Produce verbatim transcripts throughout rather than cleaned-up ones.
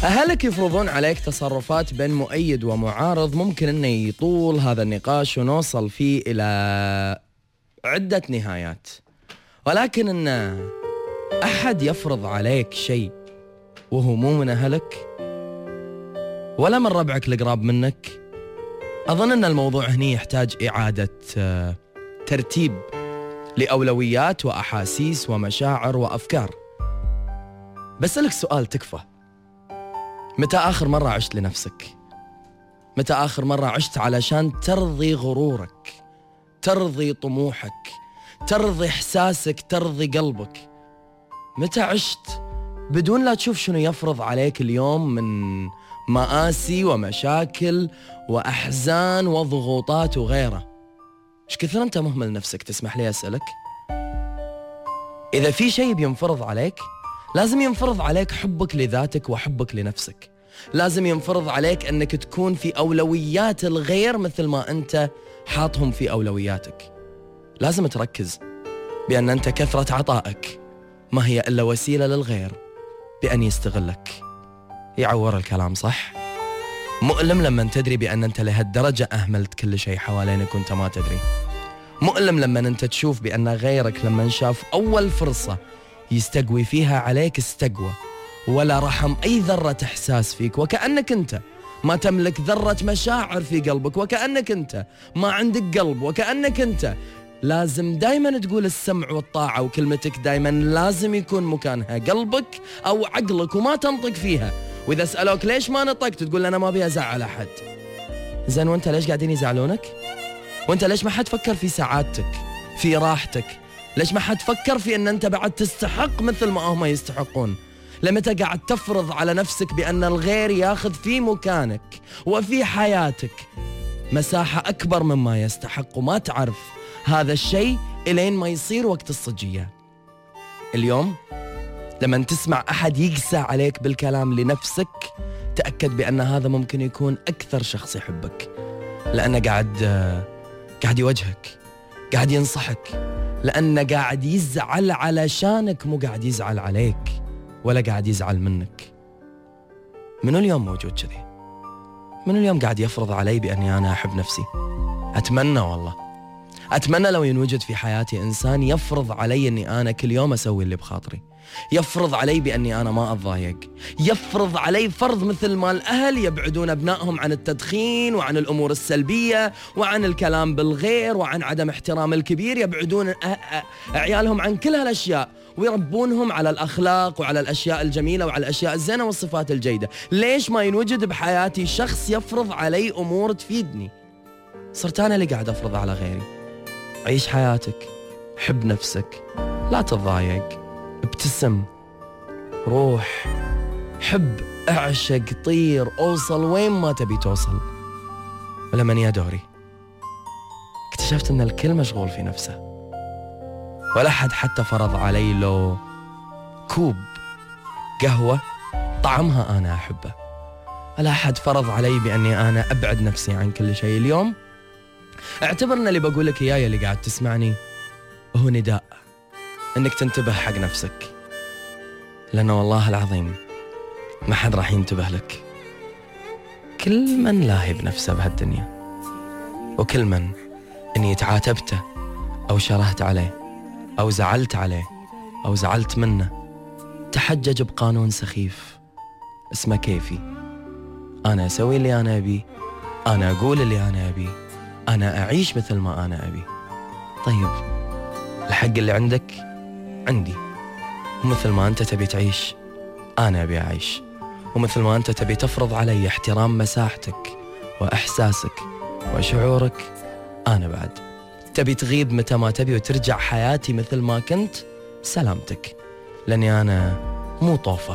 أهلك يفرضون عليك تصرفات بين مؤيد ومعارض، ممكن أنه يطول هذا النقاش ونوصل فيه إلى عدة نهايات، ولكن أن أحد يفرض عليك شيء وهو مو من أهلك ولا من ربعك القراب منك، أظن أن الموضوع هني يحتاج إعادة ترتيب لأولويات وأحاسيس ومشاعر وأفكار. بسألك سؤال تكفى، متى آخر مرة عشت لنفسك؟ متى آخر مرة عشت علشان ترضي غرورك، ترضي طموحك، ترضي إحساسك، ترضي قلبك؟ متى عشت بدون لا تشوف شنو يفرض عليك اليوم من مآسي ومشاكل وأحزان وضغوطات وغيره؟ إيش كثر أنت مهمل نفسك؟ تسمح لي أسألك، إذا في شيء بينفرض عليك لازم ينفرض عليك حبك لذاتك وحبك لنفسك، لازم ينفرض عليك أنك تكون في أولويات الغير مثل ما أنت حاطهم في أولوياتك. لازم تركز بأن أنت كثرة عطائك ما هي إلا وسيلة للغير بأن يستغلك. يعور الكلام صح؟ مؤلم لما تدري بأن أنت لهالدرجة أهملت كل شيء حوالينك وأنت ما تدري. مؤلم لما أنت تشوف بأن غيرك لما شاف أول فرصة يستقوي فيها عليك استقوى، ولا رحم أي ذرة إحساس فيك، وكأنك أنت ما تملك ذرة مشاعر في قلبك، وكأنك أنت ما عندك قلب، وكأنك أنت لازم دايما تقول السمع والطاعة، وكلمتك دايما لازم يكون مكانها قلبك أو عقلك وما تنطق فيها. وإذا سألوك ليش ما نطقت تقول أنا ما أبي أزعل أحد. زين وأنت ليش قاعدين يزعلونك؟ وأنت ليش ما حد فكر في سعادتك، في راحتك؟ ليش ما حد فكر في أن أنت بعد تستحق مثل ما هم يستحقون؟ لمتى قاعد تفرض على نفسك بأن الغير ياخذ في مكانك وفي حياتك مساحة أكبر مما يستحق، وما تعرف هذا الشيء إلين ما يصير وقت الصجية؟ اليوم لما تسمع أحد يقسى عليك بالكلام لنفسك، تأكد بأن هذا ممكن يكون أكثر شخص يحبك، لأنه قاعد قاعد يوجهك، قاعد ينصحك، لأنه قاعد يزعل علشانك، مو قاعد يزعل عليك ولا قاعد يزعل منك. من اليوم موجود كذي؟ من اليوم قاعد يفرض علي بأني أنا أحب نفسي؟ أتمنى والله أتمنى لو ينوجد في حياتي إنسان يفرض علي أني أنا كل يوم أسوي اللي بخاطري، يفرض علي بأني أنا ما أتضايق، يفرض علي فرض مثل ما الأهل يبعدون أبنائهم عن التدخين وعن الأمور السلبية وعن الكلام بالغير وعن عدم احترام الكبير، يبعدون عيالهم عن كل هالأشياء ويربونهم على الأخلاق وعلى الأشياء الجميلة وعلى الأشياء الزينة والصفات الجيدة. ليش ما ينوجد بحياتي شخص يفرض علي أمور تفيدني؟ صرت أنا اللي قاعد أفرض على غيري. عيش حياتك، حب نفسك، لا تتضايق، ابتسم، روح، حب، اعشق، طير، اوصل وين ما تبي توصل. ولمن يا دوري اكتشفت ان الكل مشغول في نفسه، ولا حد حتى فرض علي لو كوب قهوة طعمها انا احبه، ولا حد فرض علي باني انا ابعد نفسي عن كل شيء. اليوم اعتبرنا اللي بقولك اياه اللي قاعد تسمعني هو نداء انك تنتبه حق نفسك، لأنه والله العظيم ما حد راح ينتبه لك. كل من لاهي بنفسه بهالدنيا، وكل من اني تعاتبته او شرهت عليه او زعلت عليه او زعلت منه، تحجج بقانون سخيف اسمه كيفي. انا اسوي اللي انا ابي، انا اقول اللي انا ابي، انا اعيش مثل ما انا ابي. طيب الحق اللي عندك عندي، ومثل ما أنت تبي تعيش أنا أبي أعيش، ومثل ما أنت تبي تفرض علي احترام مساحتك وإحساسك وشعورك، أنا بعد تبي تغيب متى ما تبي وترجع حياتي مثل ما كنت، سلامتك. لأني أنا مو طوفة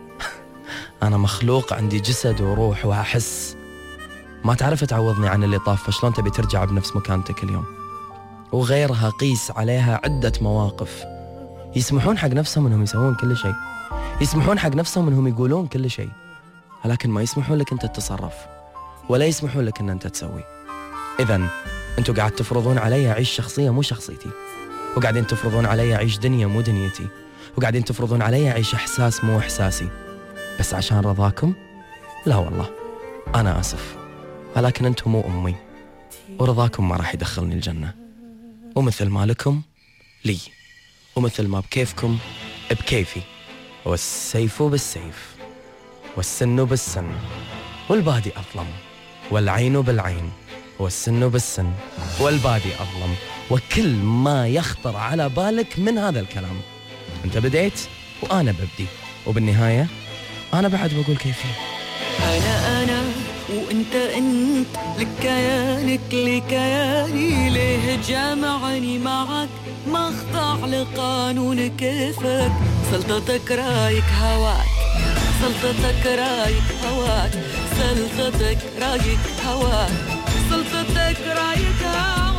أنا مخلوق عندي جسد وروح وأحس. ما تعرف تعوضني عن اللي طاف، فشلون تبي ترجع بنفس مكانتك اليوم؟ وغيرها قيس عليها عدة مواقف يسمحون حق نفسهم انهم يسوون كل شيء، يسمحون حق نفسهم انهم يقولون كل شيء، ولكن ما يسمحون لك انت تتصرف، ولا يسمحون لك ان انت تسوي. اذن انتوا قاعد تفرضون علي اعيش شخصية مو شخصيتي، وقاعدين تفرضون علي اعيش دنيا مو دنيتي، وقاعدين تفرضون علي اعيش احساس مو احساسي. بس عشان رضاكم؟ لا والله، أنا آسف، ولكن أنتم مو أمي، ورضاكم ما راح يدخلني الجنة. ومثل ما لكم لي، ومثل ما بكيفكم بكيفي، والسيف بالسيف، والسن بالسن، والبادي أظلم، والعين بالعين، والسن بالسن، والبادي أظلم، وكل ما يخطر على بالك من هذا الكلام. أنت بديت وأنا ببدي، وبالنهاية أنا بعد بقول كيفي. أنا أنا وأنت أنت، لك كيانك لكياني، ليه جامعني معك ما أخضع لقانون كيفك. سلطتك رايك هواك، سلطتك رايك هواك، سلطتك رايك هواك، سلطتك رايك هواك.